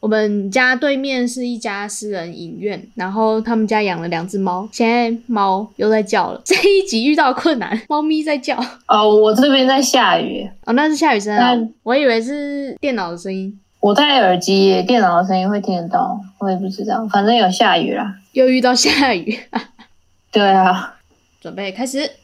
我们家对面是一家私人影院，然后他们家养了2只猫，现在猫又在叫了。这一集遇到困难，猫咪在叫。 我这边在下雨。 那是下雨声啊，我以为是电脑的声音。 我戴耳机耶，电脑的声音会听得到，我也不知道，反正有下雨啦。 又遇到下雨。 对啊， 准备开始。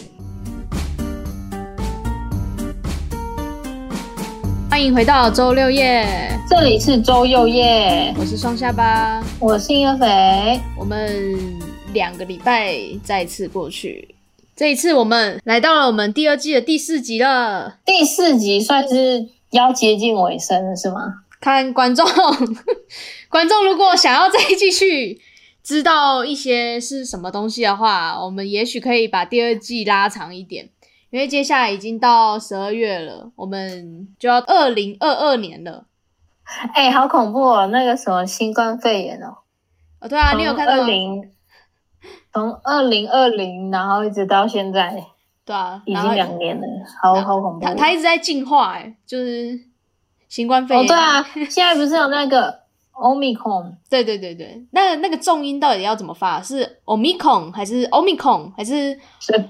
欢迎回到周六夜， 这里是周六夜， 我是双下巴， 我是婴儿肥。 我们2个礼拜再一次过去，这一次我们来到了我们第2季的第4集了。 第4集算是要接近尾声了是吗？ 看观众如果想要再继续知道一些是什么东西的话，我们也许可以把第2季拉长一点，因为接下来已经到12月了，我们就要2022年了。 好恐怖哦，那个什么新冠肺炎哦。 对啊，你有看到吗？ 从2020然后一直到现在。 对啊， 已经2年了，好恐怖。 它一直在进化就是新冠肺炎。 对啊，现在不是有那个 Omicron？ 对，那个重音到底要怎么发？是 Omicron 还是 Omicron 还是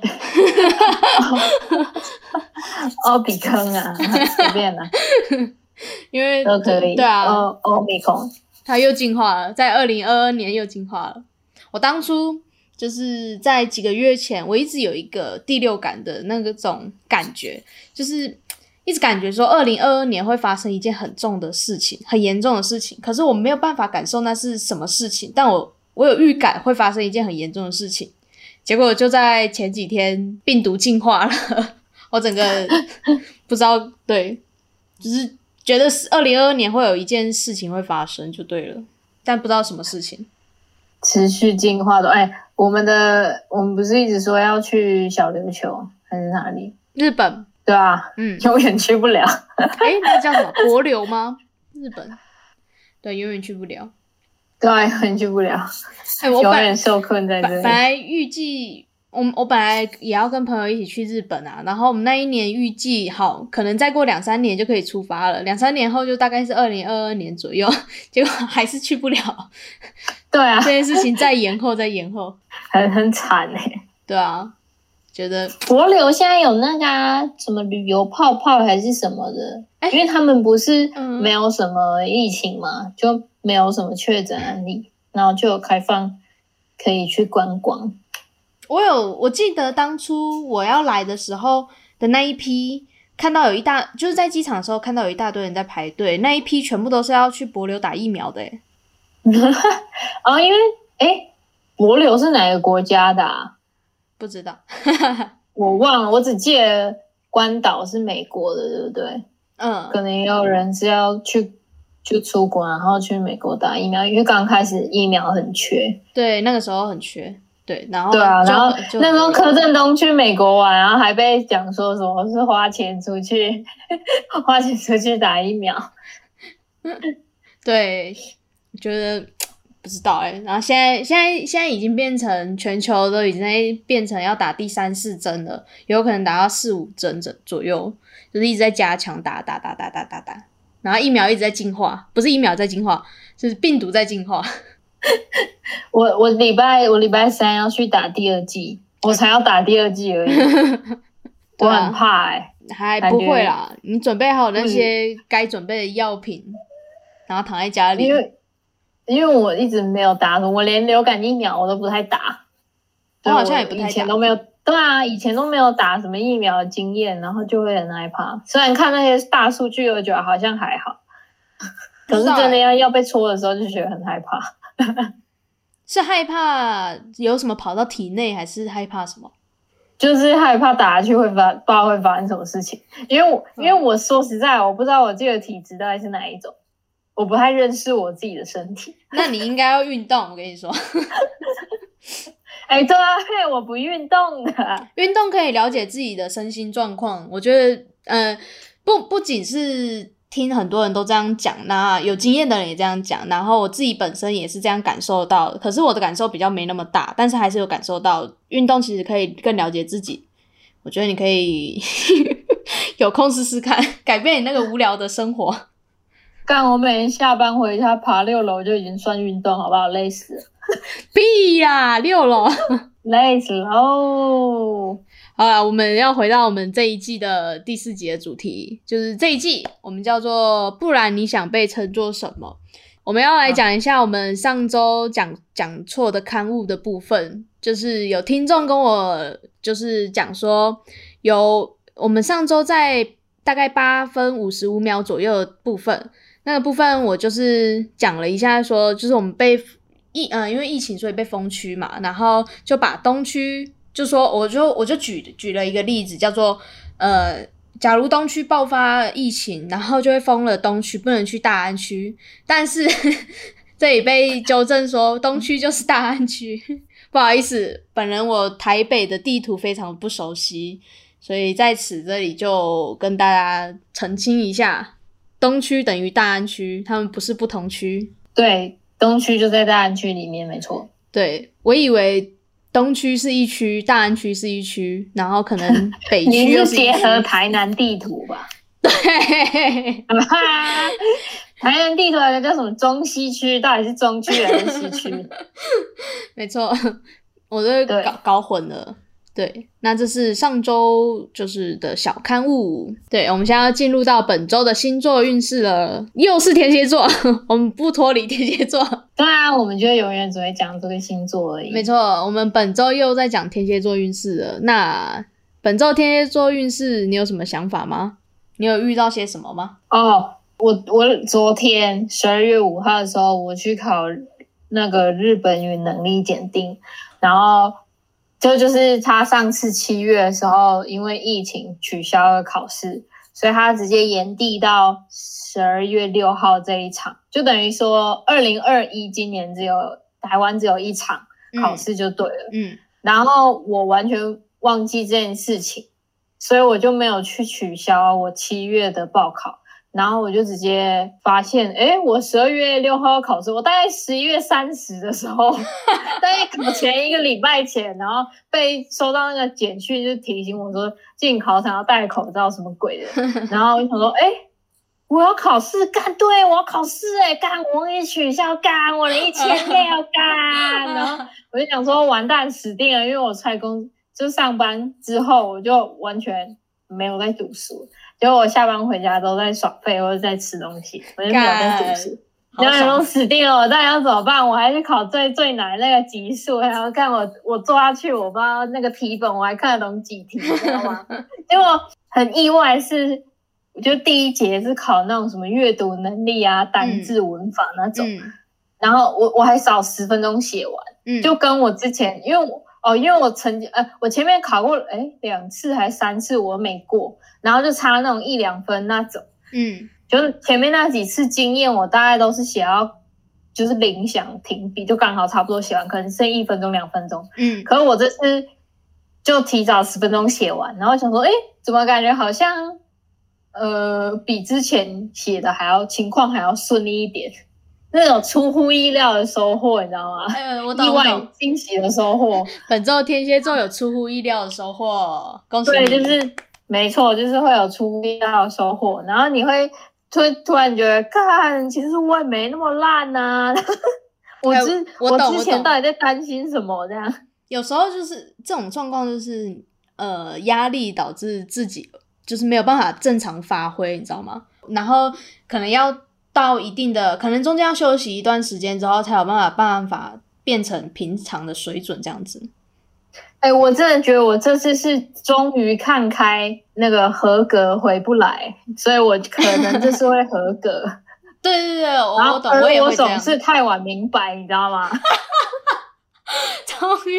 奥比坑啊，随便啦。 因为都可以。 对啊 ，Omicron 它又进化了，在2022年又进化了。我当初就是在几个月前，我一直有一个第六感的那种感觉，就是一直感觉说2022年会发生一件很重的事情，很严重的事情，可是我没有办法感受那是什么事情，但我有预感会发生一件很严重的事情。结果就在前几天病毒进化了，我整个不知道，对，就是觉得2022年会有一件事情会发生就对了，但不知道什么事情。 持续进化的。我们不是一直说要去小琉球还是哪里？ 日本。 对啊，永远去不了。 那叫什么帛琉吗？日本。对，永远去不了。 对，永远去不了。永远受困在这里。 本来预计我本来也要跟朋友一起去日本啊，然后我们那一年预计好可能再过2-3年就可以出发了，2-3年后就大概是2022年左右，结果还是去不了。 对啊， 这件事情再延后很惨对啊，觉得帛琉现在有那个什么旅游泡泡还是什么的，因为他们不是没有什么疫情嘛，就没有什么确诊案例，然后就有开放可以去观光。 我记得当初我要来的时候的那一批，看到就是在机场的时候看到有一大堆人在排队，那一批全部都是要去帛琉打疫苗的因为帛琉是哪个国家的啊？ 不知道。 我忘了，我只记得关岛是美国的，对不对？可能也有人是要就出国然后去美国打疫苗，因为刚开始疫苗很缺。 对，那个时候很缺。对，然后对啊，然后那时候柯震东去美国玩，然后还被讲说什么是花钱出去打疫苗。 对，我觉得不知道然后现在已经变成全球都已经在变成要打第3、4针了，有可能打到4、5针左右，就是一直在加强打，然后疫苗一直在进化，不是疫苗在进化，就是病毒在进化。 我礼拜3要去打第2剂，我才要打第2剂而已。我很怕还不会啦，你准备好那些该准备的药品，然后躺在家里。 因为我一直没有打，我连流感疫苗我都不太打。 我好像也不太打。 以前都没有，对啊，以前都没有打什么疫苗的经验，然后就会很害怕。虽然看那些大数据，我觉得好像还好，可是真的要被戳的时候就觉得很害怕。 是害怕有什么跑到体内，还是害怕什么？ 就是害怕打下去不知道会发生什么事情。因为我说实在，我不知道我自己的体质大概是哪一种，我不太认识我自己的身体。 那你应该要运动，我跟你说。 对啊，我不运动的。 运动可以了解自己的身心状况，我觉得不仅是听很多人都这样讲，那有经验的人也这样讲，然后我自己本身也是这样感受到的，可是我的感受比较没那么大，但是还是有感受到运动其实可以更了解自己。我觉得你可以有空试试看，改变你那个无聊的生活。 干，我每天下班回家爬6楼就已经算运动，好不好？累死了。 屁呀，6楼， 累死了哦。 好啦，我们要回到我们这一季的第4集的主题，就是这一季我们叫做不然你想被称作什么。我们要来讲一下我们上周讲错的刊物的部分，就是有听众跟我就是讲说，我们上周在大概8分55秒左右的部分，那个部分我就是讲了一下说，就是我们因为疫情所以被封区嘛，然后就把东区就说我就举了一个例子，叫做假如东区爆发疫情，然后就会封了东区，不能去大安区。但是这里被纠正说东区就是大安区，不好意思，本人我台北的地图非常不熟悉，所以在这里就跟大家澄清一下，东区等于大安区，他们不是不同区。 对，东区就在大安区里面，没错。 对，我以为东区是一区，大安区是一区，然后可能北区又是一区。 你是结合台南地图吧？ 对， 台南地图还叫什么中西区？到底是中区还是西区？ 没错，我都搞混了。对，那这是上周就是的小刊物。对，我们现在要进入到本周的星座运势了，又是天蝎座，我们不脱离天蝎座。 对啊，我们就永远只会讲这个星座而已。 没错，我们本周又在讲天蝎座运势了。那本周天蝎座运势，你有什么想法吗？你有遇到些什么吗？ 哦，我昨天12月5号的时候，我去考那个日本语能力检定，然后就是他上次7月的时候，因为疫情取消了考试，所以他直接延递到12月6号这一场，就等于说2021今年台湾只有一场考试就对了。然后我完全忘记这件事情，所以我就没有去取消我7月的报考。然后我就直接发现，我12月6号考试，我大概11月30的时候，大概考前1个礼拜前，然后被收到那个简讯，就提醒我说进考场要戴口罩，什么鬼的。然后我就想说，我要考试，对，我要考试，我给你取消，我连1600干。然后我就想说，完蛋，死定了，因为我就上班之后，我就完全没有在读书。结果我下班回家都在耍废或者在吃东西，我就没有在读书。然后说死定了，我到底要怎么办？我还去考最难那个级数，然后看我做下去，我不知道那个题本我还看得懂几题，你知道吗？结果很意外是，就第一节是考那种什么阅读能力啊、单字文法那种，然后我还少10分钟写完，就跟我之前因为我我前面考过2次还3次我没过，然后就差那种1-2分那种，就是前面那几次经验我大概都是写到就是铃响停笔就刚好差不多写完，可能剩1分钟2分钟，可是我这次就提早10分钟写完，然后想说怎么感觉好像比之前写的情况还要顺利一点。那种出乎意料的收获，你知道吗？ 我懂， 意外惊喜的收获。 本周天蝎座有出乎意料的收获，恭喜你！ 对，就是没错，就是会有出乎意料的收获，然后你会突然觉得，其实我也没那么烂啊。我之前到底在担心什么？这样有时候就是这种状况，就是压力导致自己就是没有办法正常发挥，你知道吗？然后可能要到一定的，可能中间要休息一段时间之后，才有办法变成平常的水准这样子。 我真的觉得我这次是终于看开那个合格回不来，所以我可能这次会合格。 对，我懂，我也会这样。 我总是太晚明白，你知道吗？ 终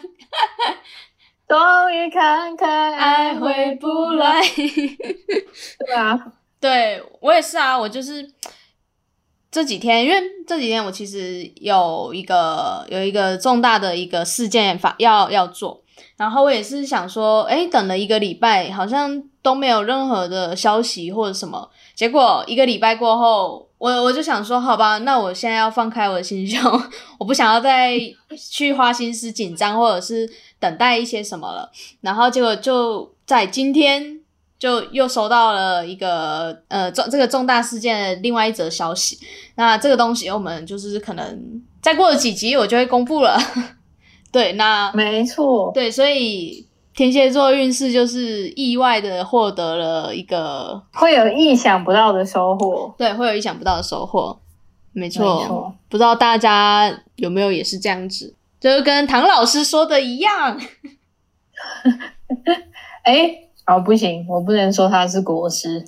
于看开，爱回不来。 对啊， 对，我也是啊，我就是这几天，因为这几天我其实有一个重大的一个事件要做，然后我也是想说，等了1个礼拜，好像都没有任何的消息或者什么，结果1个礼拜过后，我就想说，好吧，那我现在要放开我的心胸，我不想要再去花心思紧张或者是等待一些什么了，然后结果就在今天就又收到了一个这个重大事件的另外一则消息。那这个东西我们就是可能再过了几集我就会公布了。对，那没错， 对，所以天蝎座运势就是意外的获得了一个会有意想不到的收获。 对，会有意想不到的收获。没错，不知道大家有没有也是这样子，就是跟唐老师说的一样。 不行，我不能说他是国师。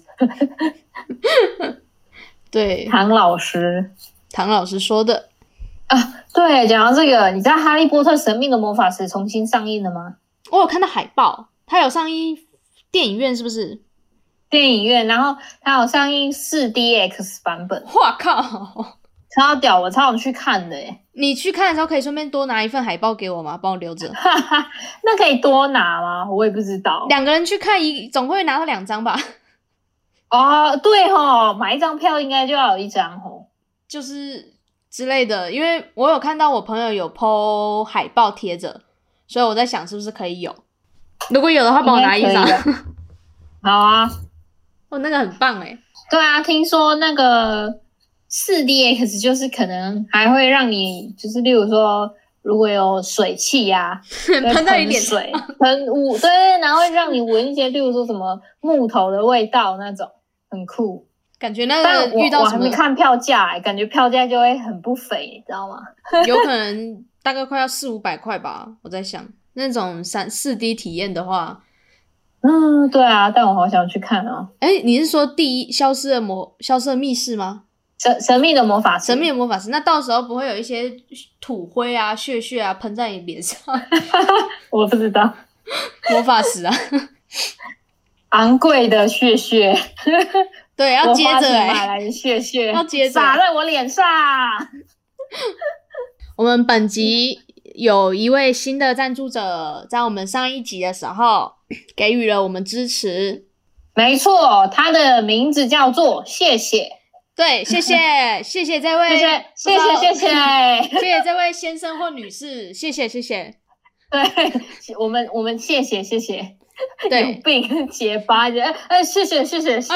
对， 唐老师说的啊。对，讲到这个，你知道《哈利波特：神秘的魔法石》重新上映了吗？ 我有看到海报，它有上映电影院是不是？ 电影院，然后它有上映 4DX 版本。 哇靠， 超屌！我超想去看的耶。 你去看的时候可以顺便多拿一份海报给我吗？帮我留着。 那可以多拿吗？我也不知道。 2个人去看总会拿到2张吧？ 哦，对齁，买一张票应该就要有1张齁， 就是之类的。因为我有看到我朋友有 po 海报贴着，所以我在想是不是可以有。如果有的话，帮我拿1张。 好啊。 哦，那个很棒耶。 对啊，听说那个 4DX 就是可能还会让你，就是例如说，如果有水汽呀， 喷到一点水，喷雾，对，然后会让你闻一些，例如说什么木头的味道那种，很酷。 感觉那个遇到什么， 我还没看票价感觉票价就会很不菲，你知道吗？ 有可能大概快要400-500块吧，我在想那种4D 体验的话。 对啊，但我好想去看哦。 你是说第一消失的密室吗？ 神秘的魔法师。 神秘的魔法师，那到时候不会有一些土灰啊、血啊喷在你脸上？ 我不知道。 魔法石啊， 昂贵的血。 对，要接着买来的血要接着洒在我脸上。 我们本集有一位新的赞助者，在我们上一集的时候给予了我们支持。 没错，他的名字叫做谢谢。 对，谢谢谢谢这位， 谢谢这位先生或女士，谢谢。 对，我们谢谢。 对， 有病结巴的，谢谢。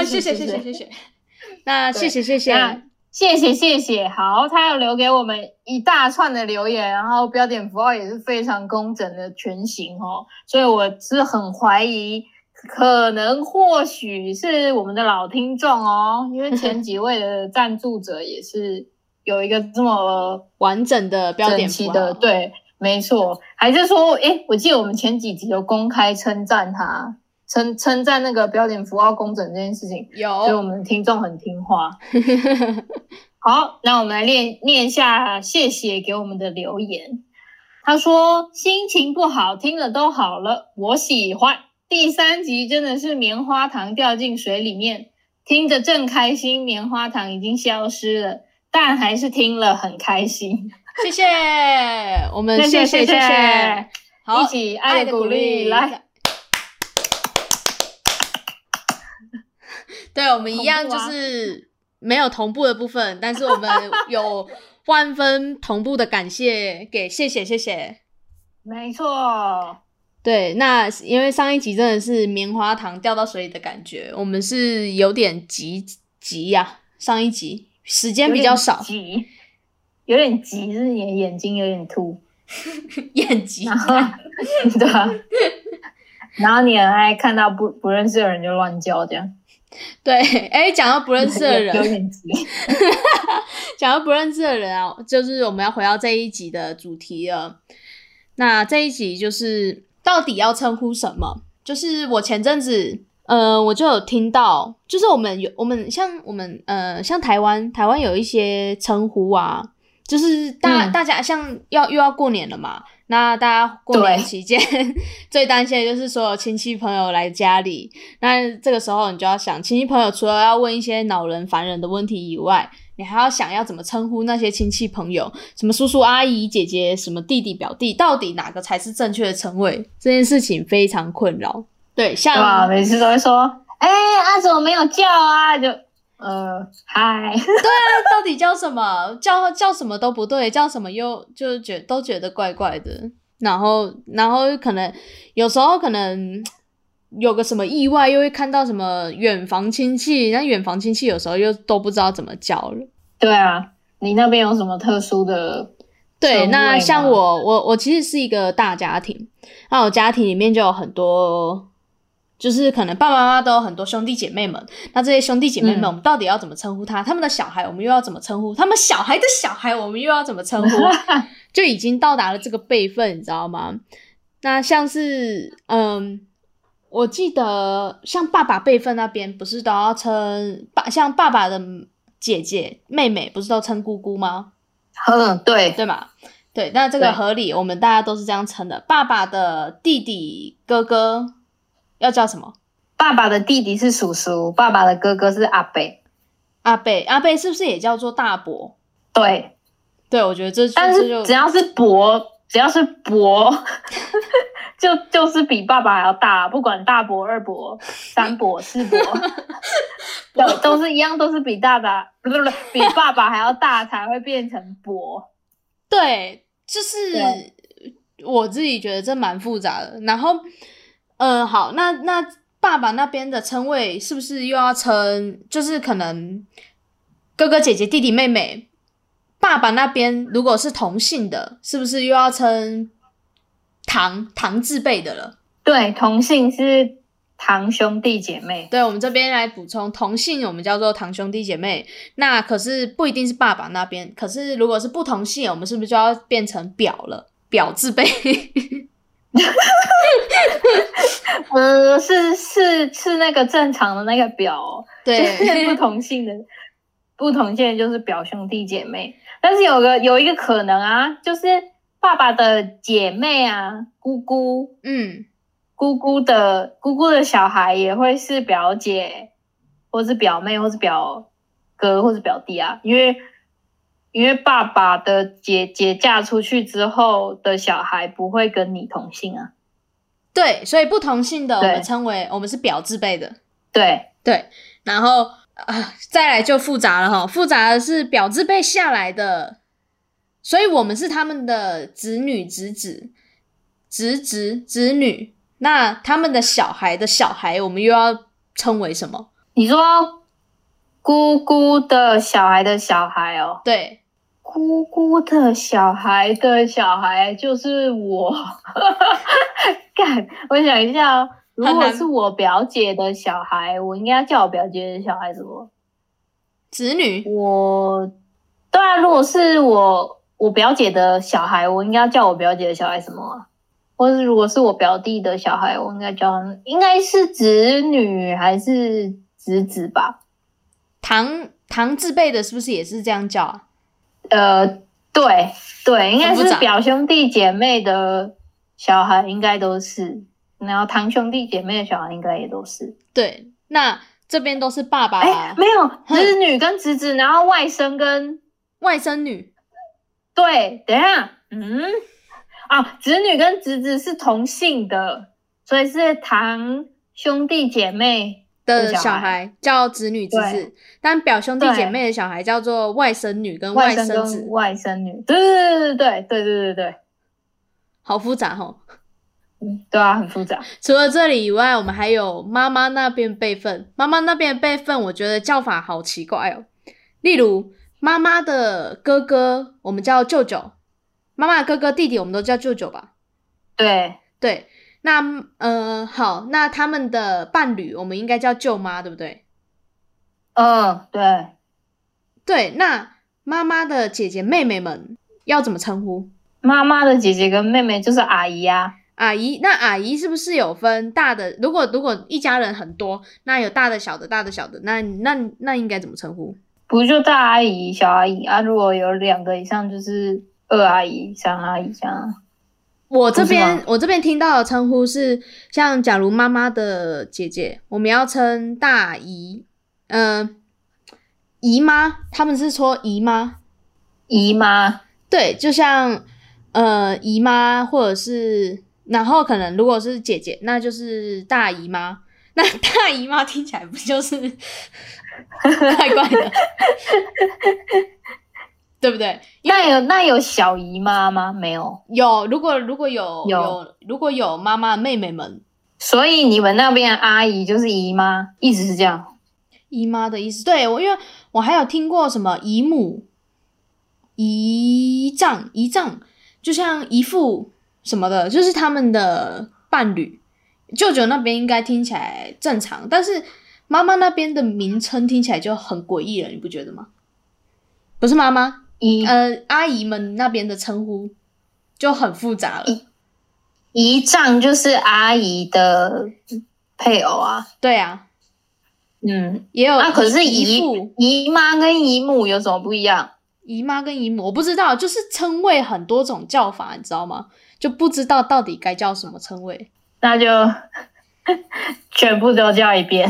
那谢谢。 好，他有留给我们一大串的留言，然后标点符号也是非常工整的全形哦，所以我是很怀疑，或许是我们的老听众哦，因为前几位的赞助者也是有一个这么完整的标点符号的，对，没错。还是说，我记得我们前几集有公开称赞他。称赞那个标点符号工整这件事情， 有， 所以我们听众很听话。好，那我们来念一下谢谢给我们的留言。他说心情不好听了都好了，我喜欢。第3集真的是棉花糖掉进水里面，听着正开心，棉花糖已经消失了，但还是听了很开心。 谢谢，我们谢谢。好， 一起爱的鼓励来。 对，我们一样就是没有同步的部分，但是我们有万分同步的感谢给谢谢。 没错。 对，那因为上一集真的是棉花糖掉到水里的感觉，我们是有点急呀，上一集时间比较少， 有点急，就是你的眼睛有点凸， 眼急， 对啊，然后你很爱看到不认识的人就乱叫这样。 对，讲到不认识的人， 有点急。 讲到不认识的人啊，就是我们要回到这一集的主题了。那这一集就是到底要称呼什么？就是我前阵子，我就有听到，就是像台湾有一些称呼啊，就是大家像又要过年了嘛。那大家过年期间最担心的就是所有亲戚朋友来家里，那这个时候你就要想，亲戚朋友除了要问一些恼人烦人的问题以外，你还要想要怎么称呼那些亲戚朋友，什么叔叔阿姨姐姐，什么弟弟表弟，到底哪个才是正确的称谓？这件事情非常困扰。对，像每次都会说怎么没有叫啊，就嗨。对啊，到底叫什么？叫什么都不对，叫什么又就都觉得怪怪的。然后可能有时候可能有个什么意外，又会看到什么远房亲戚，那远房亲戚有时候又都不知道怎么叫了。 对啊，你那边有什么特殊的？ 对，那像我其实是一个大家庭，那我家庭里面就有很多，就是可能爸爸妈妈都有很多兄弟姐妹们，那这些兄弟姐妹们，我们到底要怎么称呼他们的小孩我们又要怎么称呼，他们小孩的小孩我们又要怎么称呼，就已经到达了这个辈分，你知道吗？那像是我记得像爸爸辈分那边不是都要称像爸爸的姐姐妹妹不是都称姑姑吗？ 对嘛？对，那这个合理，我们大家都是这样称的。爸爸的弟弟哥哥要叫什么？ 爸爸的弟弟是叔叔，爸爸的哥哥是阿伯。 阿伯是不是也叫做大伯？ 对， 我觉得这但是只要是伯就是比爸爸还要大，不管大伯、二伯、三伯、四伯都是一样，都是比大的，不是比爸爸还要大才会变成伯。 对，就是我自己觉得这蛮复杂的。然后好，那爸爸那边的称谓是不是又要称，就是可能哥哥姐姐弟弟妹妹，爸爸那边如果是同姓的，是不是又要称堂字辈的了？ 对，同姓是堂兄弟姐妹。 对，我们这边来补充，同姓我们叫做堂兄弟姐妹，那可是不一定是爸爸那边，可是如果是不同姓，我们是不是就要变成表了？表字辈是那个正常的那个表， 对， 就是不同姓的就是表兄弟姐妹。但是有一个可能啊，就是爸爸的姐妹啊，姑姑的小孩也会是表姐，或是表妹，或是表哥，或是表弟啊，因为爸爸的姐姐嫁出去之后的小孩不会跟你同姓啊。 对，所以不同姓的我们称为我们是表字辈的。对，然后再来就复杂了齁，复杂的是表字辈下来的，所以我们是他们的子女、侄子、侄侄、侄女，那他们的小孩的小孩我们又要称为什么？ 你说姑姑的小孩的小孩哦？ 对， 姑姑的小孩的小孩就是我。干，我想一下哦，如果是我表姐的小孩，我应该叫我表姐的小孩什么？ 子女。 对啊，如果是我表姐的小孩，我应该叫我表姐的小孩什么啊？或是如果是我表弟的小孩，我应该是子女还是侄子吧？ 堂字辈的是不是也是这样叫啊？ 对，应该是表兄弟姐妹的小孩应该都是，然后堂兄弟姐妹的小孩应该也都是。对， 那这边都是爸爸。 没有侄女跟侄子，然后外甥跟外甥女。 对，等一下，侄女跟侄子是同姓的，所以是堂兄弟姐妹的小孩叫子女侄子，但表兄弟姐妹的小孩叫做外甥女跟外甥子。 外甥女，对， 好复杂齁。 对啊，很复杂。 除了这里以外，我们还有妈妈那边辈分。妈妈那边的辈分，我觉得叫法好奇怪哦。例如，妈妈的哥哥我们叫舅舅，妈妈的哥哥弟弟我们都叫舅舅吧？对。那好，那他们的伴侣我们应该叫舅妈，对不对？对。那妈妈的姐姐妹妹们要怎么称呼？ 妈妈的姐姐跟妹妹就是阿姨啊。 阿姨，那阿姨是不是有分大的？如果一家人很多，那有大的、小的，那应该怎么称呼？ 不就大阿姨、小阿姨啊？如果有2个以上，就是2阿姨、3阿姨这样。 我这边听到的称呼是，像假如妈妈的姐姐，我们要称大姨，姨妈，他们是说姨妈。 姨妈， 对，就像姨妈，或者是，然后可能如果是姐姐，那就是大姨妈。那大姨妈听起来不就是怪怪的，对不对？ 那有小姨妈吗？没有。 有，如果有妈妈妹妹们， 所以你们那边的阿姨就是姨妈，意思是这样？ 姨妈的意思，对，因为我还有听过什么姨母、姨丈、就像姨父什么的，就是他们的伴侣。舅舅那边应该听起来正常，但是妈妈那边的名称听起来就很诡异了，你不觉得吗？不是妈妈，阿姨们那边的称呼就很复杂了。 姨丈就是阿姨的配偶啊。 对啊， 也有。那可是姨妈跟姨母有什么不一样？ 姨妈跟姨母我不知道，就是称谓很多种叫法，你知道吗？就不知道到底该叫什么称谓。 那就全部都叫一遍。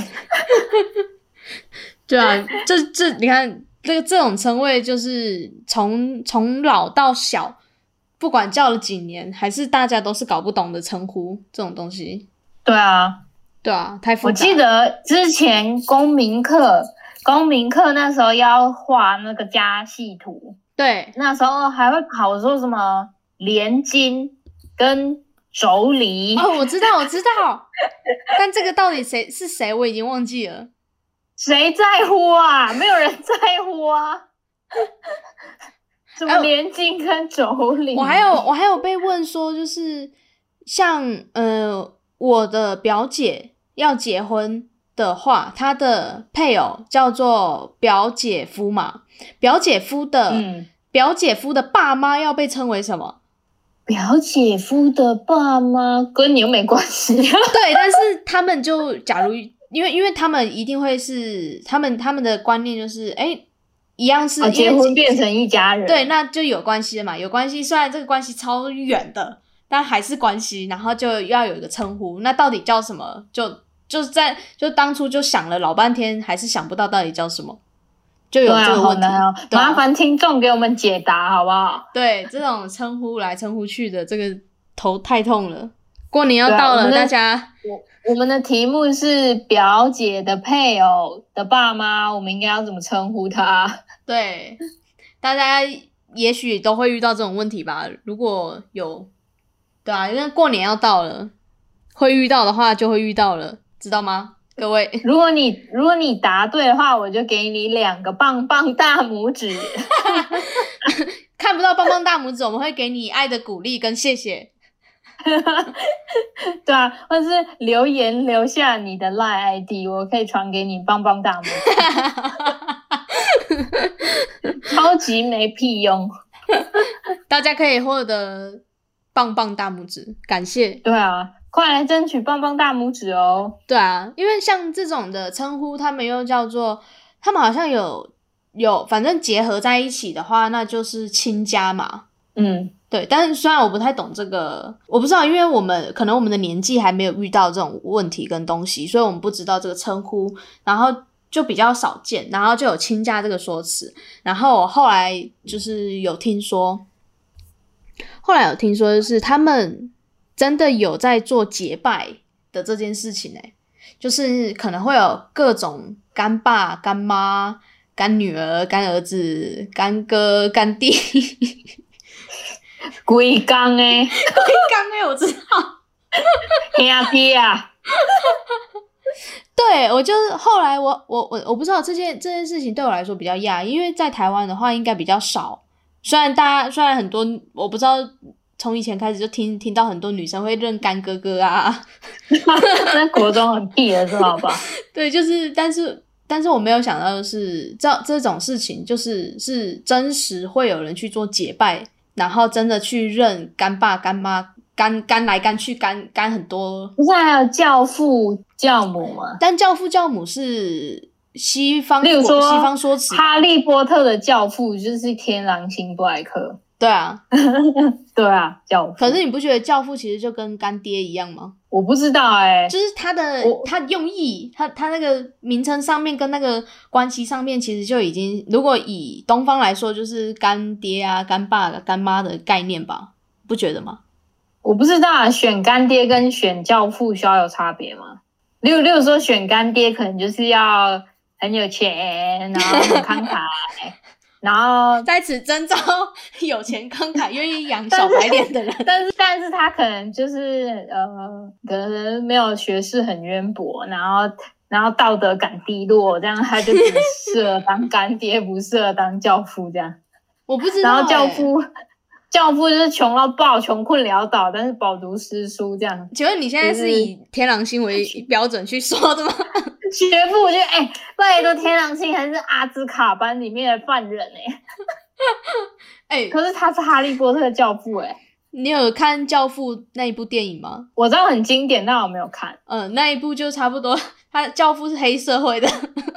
对啊，这你看这种称谓就是从老到小，不管叫了几年，还是大家都是搞不懂的称呼这种东西。 对啊， 太复杂。 我记得之前公民课那时候要画那个家系图，对，那时候还会考说什么连筋跟妯娌。 哦，我知道，但这个到底是谁，我已经忘记了。 谁在乎啊？没有人在乎啊。什么连筋跟妯娌？ 我还有被问说，就是像我的表姐要结婚的话，她的配偶叫做表姐夫嘛，表姐夫的爸妈要被称为什么？ 表姐夫的爸妈跟你又没关系。 对，但是他们就假如因为他们一定会是他们的观念就是一样是结婚变成一家人。 对，那就有关系了嘛。有关系，虽然这个关系超远的，但还是关系，然后就要有一个称呼。那到底叫什么？就当初就想了老半天，还是想不到到底叫什么。就有这个问题。 麻烦听众给我们解答好不好？ 对，这种称呼来称呼去的，这个头太痛了。过年要到了，大家我们的题目是表姐的配偶的爸妈，我们应该要怎么称呼他？ 对，大家也许都会遇到这种问题吧。如果有，对啊，因为过年要到了，会遇到的话就会遇到了，知道吗？各位， 如果你答对的话，我就给你2个棒棒大拇指。 看不到棒棒大拇指，我们会给你爱的鼓励跟谢谢。 对啊，或是留言留下你的 LINE ID， 我可以传给你棒棒大拇指。超级没屁用。 大家可以获得棒棒大拇指，感谢。 对啊，快来争取棒棒大拇指哦。 对啊，因为像这种的称呼，他们又叫做，他们好像有反正结合在一起的话，那就是亲家嘛。对，但是虽然我不太懂这个，我不知道，因为可能我们的年纪还没有遇到这种问题跟东西，所以我们不知道这个称呼，然后就比较少见，然后就有亲家这个说辞。然后我后来就是有听说就是他们真的有在做结拜的这件事情就是可能会有各种干爸、干妈、干女儿、干儿子、干哥、干弟。 规缸我知道。 兄弟啊。 对，我就是后来我不知道这件事情对我来说比较讶异，因为在台湾的话应该比较少。虽然很多，我不知道从以前开始就听到很多女生会认干哥哥啊。 在国中很屁的是好吧？ 对，就是但是我没有想到的是这种事情是真实会有人去做结拜，然后真的去认干爸干妈干来干去干很多。 不是还有教父教母吗？ 但教父教母是西方， 例如说西方说辞。 哈利波特的教父就是天狼星布莱克。 对啊。 对啊，教父。 可是你不觉得教父其实就跟干爹一样吗？ 我不知道就是他用意，他那个名称上面跟那个关系上面，其实就已经，如果以东方来说，就是干爹啊、干爸、干妈的概念吧，不觉得吗？ 我不知道选干爹跟选教父需要有差别吗？例如说选干爹可能就是要很有钱，然后很慷慨。 然后在此征召有钱慷慨愿意养小白脸的人。 但是他可能就是可能没有学识很渊博，然后道德感低落，这样他就只适合当干爹，不适合当教父这样。 我不知道、 然后教父就是穷到爆，穷困潦倒，但是饱读诗书这样。 请问你现在是以天狼星为标准去说的吗？ 学父，我觉得拜托，天狼星还是阿兹卡班里面的犯人可是他是哈利波特的教父你有看教父那一部电影吗？ 我知道很经典，但我没有看。 那一部就差不多，他教父是黑社会的。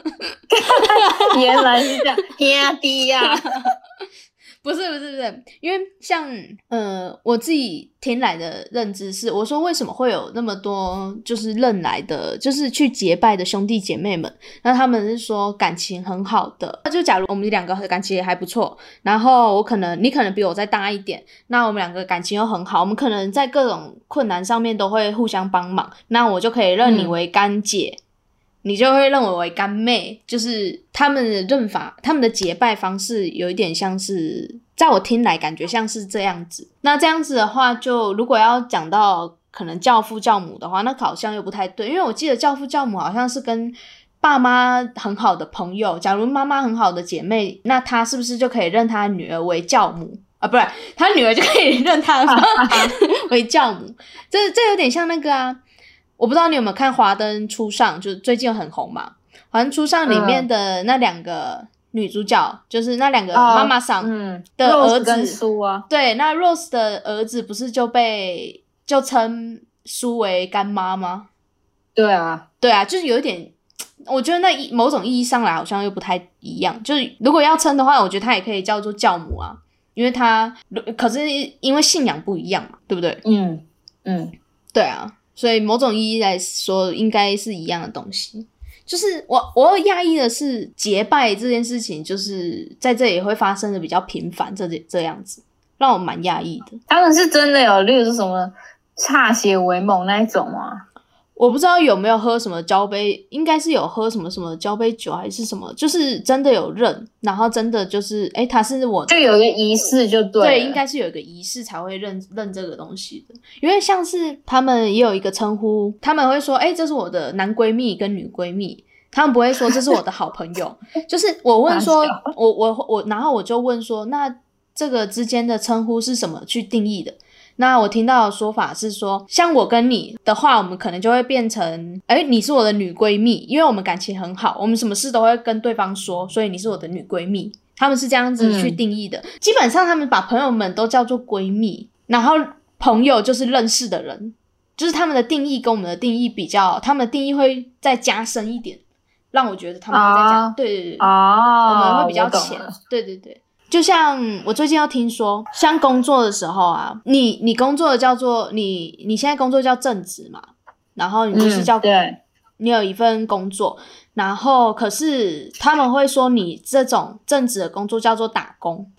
原来是这样，兄弟呀！ 不是，因为像我自己听来的认知是，我说为什么会有那么多就是认来的，就是去结拜的兄弟姐妹们，那他们是说感情很好的，就假如我们两个感情也还不错，然后你可能比我再大一点，那我们两个感情又很好，我们可能在各种困难上面都会互相帮忙，那我就可以认你为干姐。你就会认为干妹，就是他们的认法，他们的结拜方式有一点像是，在我听来感觉像是这样子。那这样子的话，就如果要讲到可能教父教母的话，那好像又不太对，因为我记得教父教母好像是跟爸妈很好的朋友，假如妈妈很好的姐妹，那他是不是就可以认他女儿为教母啊？不是，他女儿就可以认他为教母。这有点像那个啊。我不知道你有没有看《华灯初上》，就是最近很红嘛，《华灯初上》里面的那两个女主角，就是那两个妈妈桑的儿子， 跟苏啊， 对，那 Rose 的儿子不是就称苏为干妈吗？ 对啊， 就是有一点，我觉得那某种意义上来好像又不太一样，就是如果要称的话，我觉得她也可以叫做教母啊，因为可是因为信仰不一样嘛，对不对？对啊。所以某种意义来说应该是一样的东西，就是我讶异的是结拜这件事情就是在这里会发生的比较频繁，这样子让我蛮讶异的。 他们是真的有例如是什么歃血为盟那一种吗？ 我不知道有没有喝什么交杯，应该是有喝什么交杯酒还是什么，就是真的有认，然后真的就是他是我就有一个仪式就对了， 对，应该是有一个仪式才会认这个东西的。因为像是他们也有一个称呼，他们会说这是我的男闺蜜跟女闺蜜，他们不会说这是我的好朋友。就是我问说然后我就问说，那这个之间的称呼是什么去定义的？那我听到的说法是说，像我跟你的话，我们可能就会变成你是我的女闺蜜，因为我们感情很好，我们什么事都会跟对方说，所以你是我的女闺蜜。他们是这样子去定义的。基本上他们把朋友们都叫做闺蜜，然后朋友就是认识的人，就是他们的定义跟我们的定义比较，他们的定义会再加深一点，让我觉得他们会再加对我们会比较浅。对，就像我最近要听说，像工作的时候啊，你工作的叫做你现在工作叫正职嘛，然后你就是叫对， 你有一份工作，然后可是他们会说你这种正职的工作叫做打工，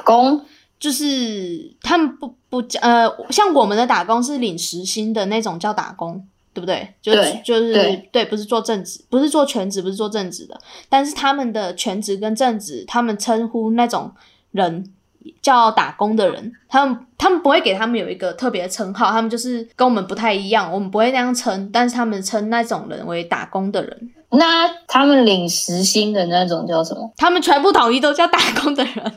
就是他们像我们的打工是领时薪的那种叫打工，对不对？就是对，不是做正职，不是做全职，不是做正职的。但是他们的全职跟正职，他们称呼那种人叫打工的人，他们不会给他们有一个特别的称号，他们就是跟我们不太一样，我们不会那样称，但是他们称那种人为打工的人。 那他们领时薪的那种叫什么？ 他们全部统一都叫打工的人。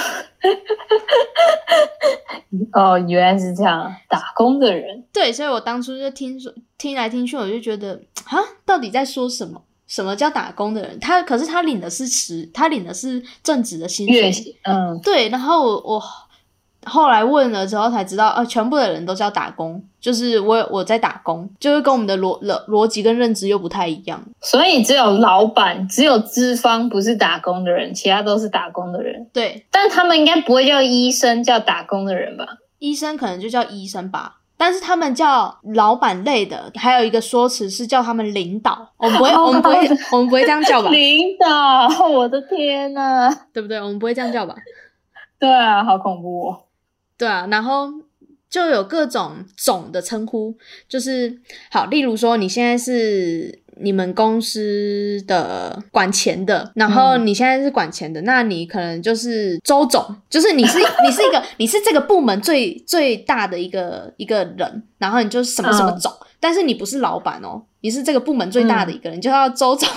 哦，原来是这样，打工的人。 对，所以我当初就听来听去，我就觉得到底在说什么？什么叫打工的人？可是他领的是正职的薪水，对。然后我后来问了之后才知道，全部的人都叫打工，就是我在打工，就是跟我们的逻辑跟认知又不太一样。 所以只有老板，只有资方不是打工的人，其他都是打工的人。 对， 但他们应该不会叫医生叫打工的人吧？ 医生可能就叫医生吧。但是他们叫老板类的，还有一个说辞是叫他们领导，我们不会这样叫吧？ 领导，我的天哪， 对不对？我们不会这样叫吧？ 对啊，好恐怖哦。 对啊，然后就有各种的称呼，就是好，例如说你现在是你们公司的管钱的，然后你现在是管钱的，那你可能就是周总，就是你是这个部门最大的一个人，然后你就是什么什么总，但是你不是老板哦，你是这个部门最大的一个人，你就要周总。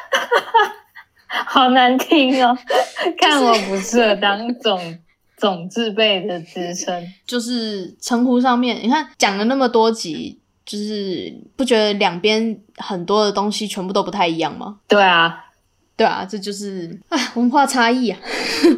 好难听哦，看我不适合当总字辈的职称， 就是称呼上面，你看讲了那么多集，就是不觉得两边很多的东西全部都不太一样吗？ 对啊， 这就是文化差异啊。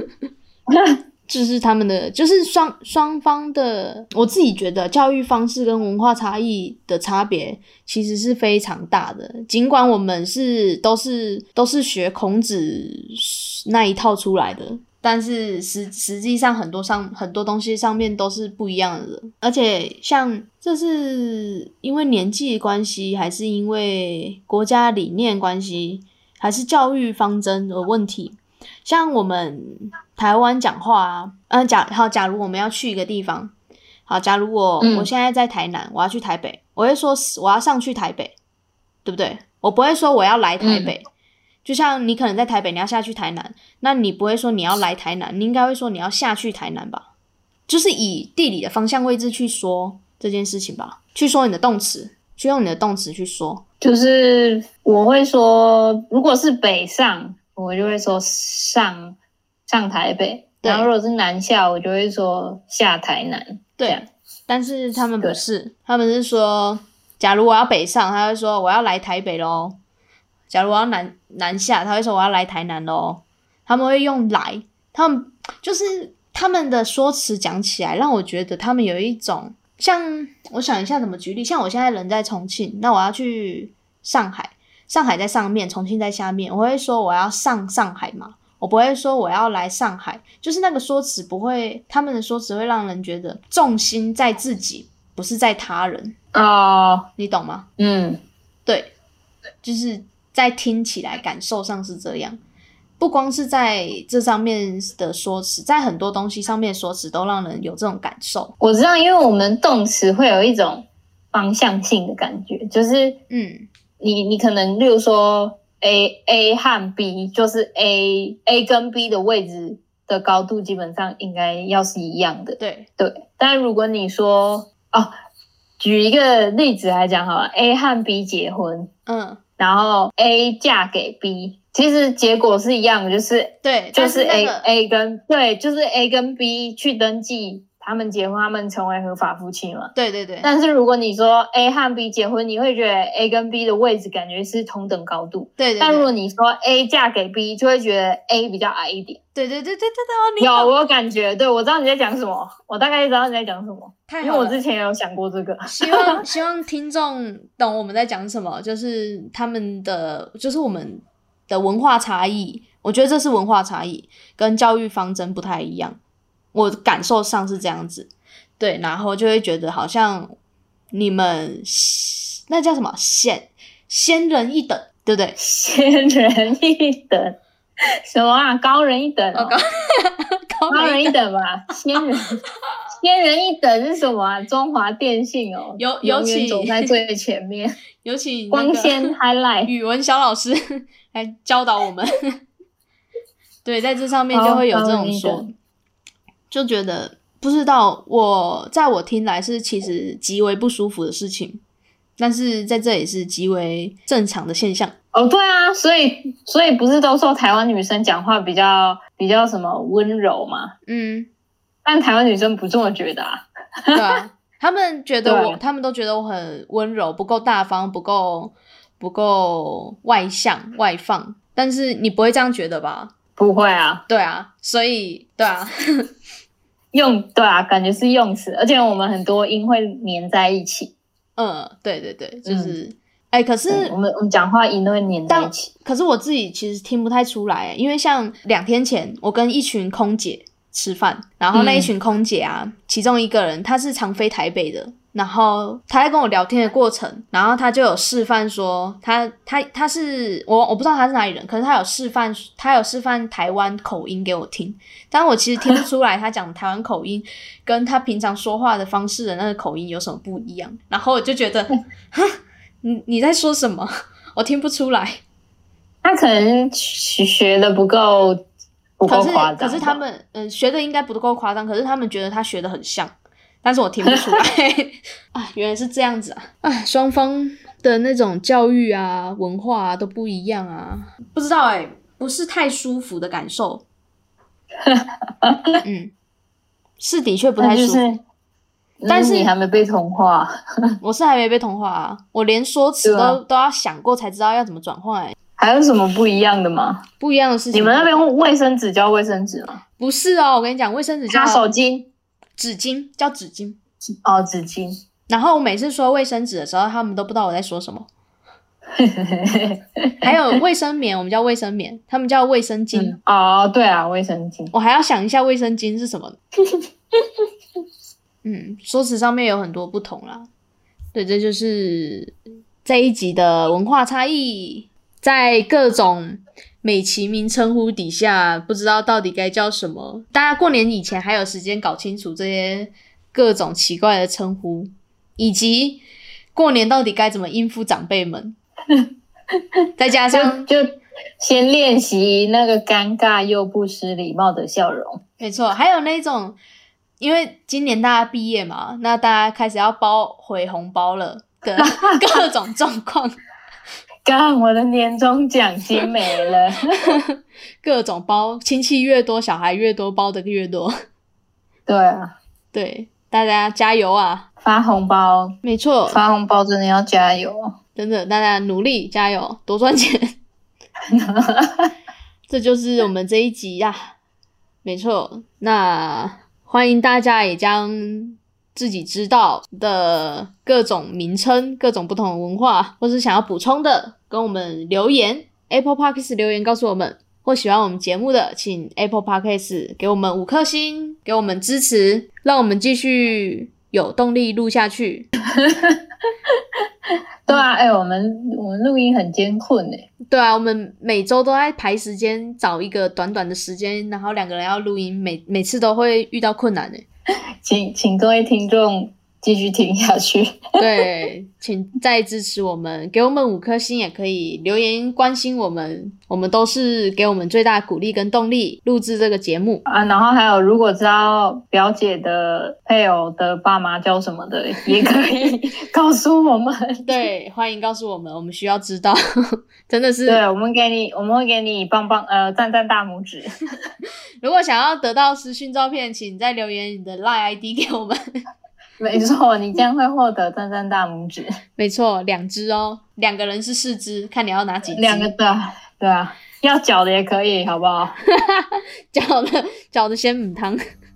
就是他们的，就是双方的，我自己觉得教育方式跟文化差异的差别其实是非常大的。尽管我们都是学孔子那一套出来的，但是实际上很多东西上面都是不一样的。而且像这是因为年纪的关系，还是因为国家理念关系，还是教育方针的问题？像我们台湾讲话啊，假如我们要去一个地方，好，假如我现在在台南，我要去台北，我会说我要上去台北，对不对？我不会说我要来台北。就像你可能在台北，你要下去台南，那你不会说你要来台南，你应该会说你要下去台南吧？就是以地理的方向位置去说这件事情吧，去说你的动词，去用你的动词去说。 就是我会说，如果是北上，我就会说上台北，然后如果是南下，我就会说下台南。对， 但是他们不是，他们是说，假如我要北上，他会说我要来台北咯。假如我要南下，他会说我要来台南咯。他们会用来，他们就是他们的说辞讲起来，让我觉得他们有一种像，我想一下怎么举例，像我现在人在重庆，那我要去上海。上海在上面，重庆在下面，我会说我要上海嘛，我不会说我要来上海，就是那个说辞不会，他们的说辞会让人觉得重心在自己，不是在他人你懂吗？对，就是在听起来感受上是这样，不光是在这上面的说辞，在很多东西上面的说辞都让人有这种感受。 我知道，因为我们动词会有一种方向性的感觉，就是你可能例如说 A 和 B， 就是 A 跟 B 的位置的高度基本上应该要是一样的。对，但如果你说举一个例子来讲好了， A 和 B 结婚，然后 A 嫁给 B， 其实结果是一样的，就是对， 就是 A 跟对，就是 A 跟 B 去登记他们结婚，他们成为合法夫妻嘛。 对。 但是如果你说 A 和 B 结婚，你会觉得 A 跟 B 的位置感觉是同等高度。对。但如果你说 A 嫁给 B， 就会觉得 A 比较矮一点。对，我有感觉，对，我知道你在讲什么，我大概知道你在讲什么。太好了，因为我之前有想过这个。 希望听众懂我们在讲什么，就是他们的，就是我们的文化差异。我觉得这是文化差异，跟教育方针不太一样。我感受上是这样子，对，然后就会觉得好像你们那叫什么先人一等，对不对？ 先人一等什么啊？高人一等高人一等吧？先人一等是什么啊？中华电信永远走在最前面， 尤其光鲜 highlight 语文小老师来教导我们，对，在这上面就会有这种说。就觉得不知道，在我听来是其实极为不舒服的事情，但是在这里是极为正常的现象。 对啊，所以不是都说台湾女生讲话比较什么温柔吗？但台湾女生不这么觉得啊。 对啊，他们都觉得我很温柔，不够大方，不够外向外放，但是你不会这样觉得吧？ 不会啊。对啊， 所以对啊。 对啊，感觉是用词，而且我们很多音会粘在一起。 对，就是可是我们讲话音都会粘在一起。 可是我自己其实听不太出来，因为像2天前我跟一群空姐吃饭，然后那一群空姐啊，其中一个人她是常飞台北的，然后他在跟我聊天的过程，然后他就有示范说他是我不知道他是哪里人，可是他有示范台湾口音给我听，但我其实听不出来他讲台湾口音跟他平常说话的方式的那个口音有什么不一样，然后我就觉得你在说什么？ 我听不出来。 他可能学的不够夸张， 可是他们学的应该不够夸张，可是他们觉得他学的很像，但是我听不出来。啊，原来是这样子啊！啊，双方的那种教育啊、文化啊都不一样啊，不知道不是太舒服的感受。是的确不太舒服。但是你还没被同化。 我是还没被同化啊，我连说辞都要想过才知道要怎么转换。 还有什么不一样的吗？ 不一样的事情。 你们那边卫生纸叫卫生纸吗？ 不是哦，我跟你讲，卫生纸叫擦手巾， 纸巾叫纸巾。 哦，纸巾。然后我每次说卫生纸的时候，他们都不知道我在说什么。还有卫生棉，我们叫卫生棉，他们叫卫生巾。 哦，对啊，卫生巾。 我还要想一下卫生巾是什么。说辞上面有很多不同啦。对，这就是这一集的文化差异，在各种美其名称呼底下，不知道到底该叫什么。大家过年以前还有时间搞清楚这些各种奇怪的称呼，以及过年到底该怎么应付长辈们。再加上就先练习那个尴尬又不失礼貌的笑容。 没错，还有那种因为今年大家毕业嘛，那大家开始要回红包了的各种状况。 干，我的年终奖金没了。 各种包，亲戚越多小孩越多，包的越多。 对啊， 对，大家加油啊！ 发红包， 没错， 发红包真的要加油， 真的，大家努力加油，多赚钱。这就是我们这一集啊，没错。那欢迎大家也将自己知道的各种名称、各种不同的文化，或是想要补充的，跟我们留言 Apple Podcast 留言告诉我们。或喜欢我们节目的，请 Apple Podcast 给我们5颗星，给我们支持，让我们继续有动力录下去。 对啊，我们录音很艰困对啊，我们每周都在排时间，找一个短短的时间，然后2个人要录音，每次都会遇到困难请各位听众继续听下去。 对，请再支持我们，给我们5颗星，也可以留言关心我们，我们都是给我们最大的鼓励跟动力录制这个节目啊。然后还有，如果知道表姐的配偶的爸妈叫什么的，也可以告诉我们。 对，欢迎告诉我们，我们需要知道。真的是， 对，我们会给你棒棒赞大拇指。 如果想要得到私讯照片，请再留言你的 LINE ID 给我们。 没错，你将会获得赞大拇指。 没错，2只哦，2个人是4只，看你要拿几只。 2个的，对啊，要搅的也可以，好不好？ 搅的先母汤。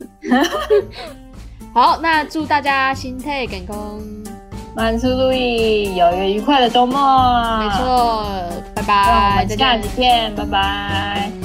好，那祝大家身体健康， 万事如意，有一个愉快的周末。 没错，拜拜， 我们下期见，拜拜。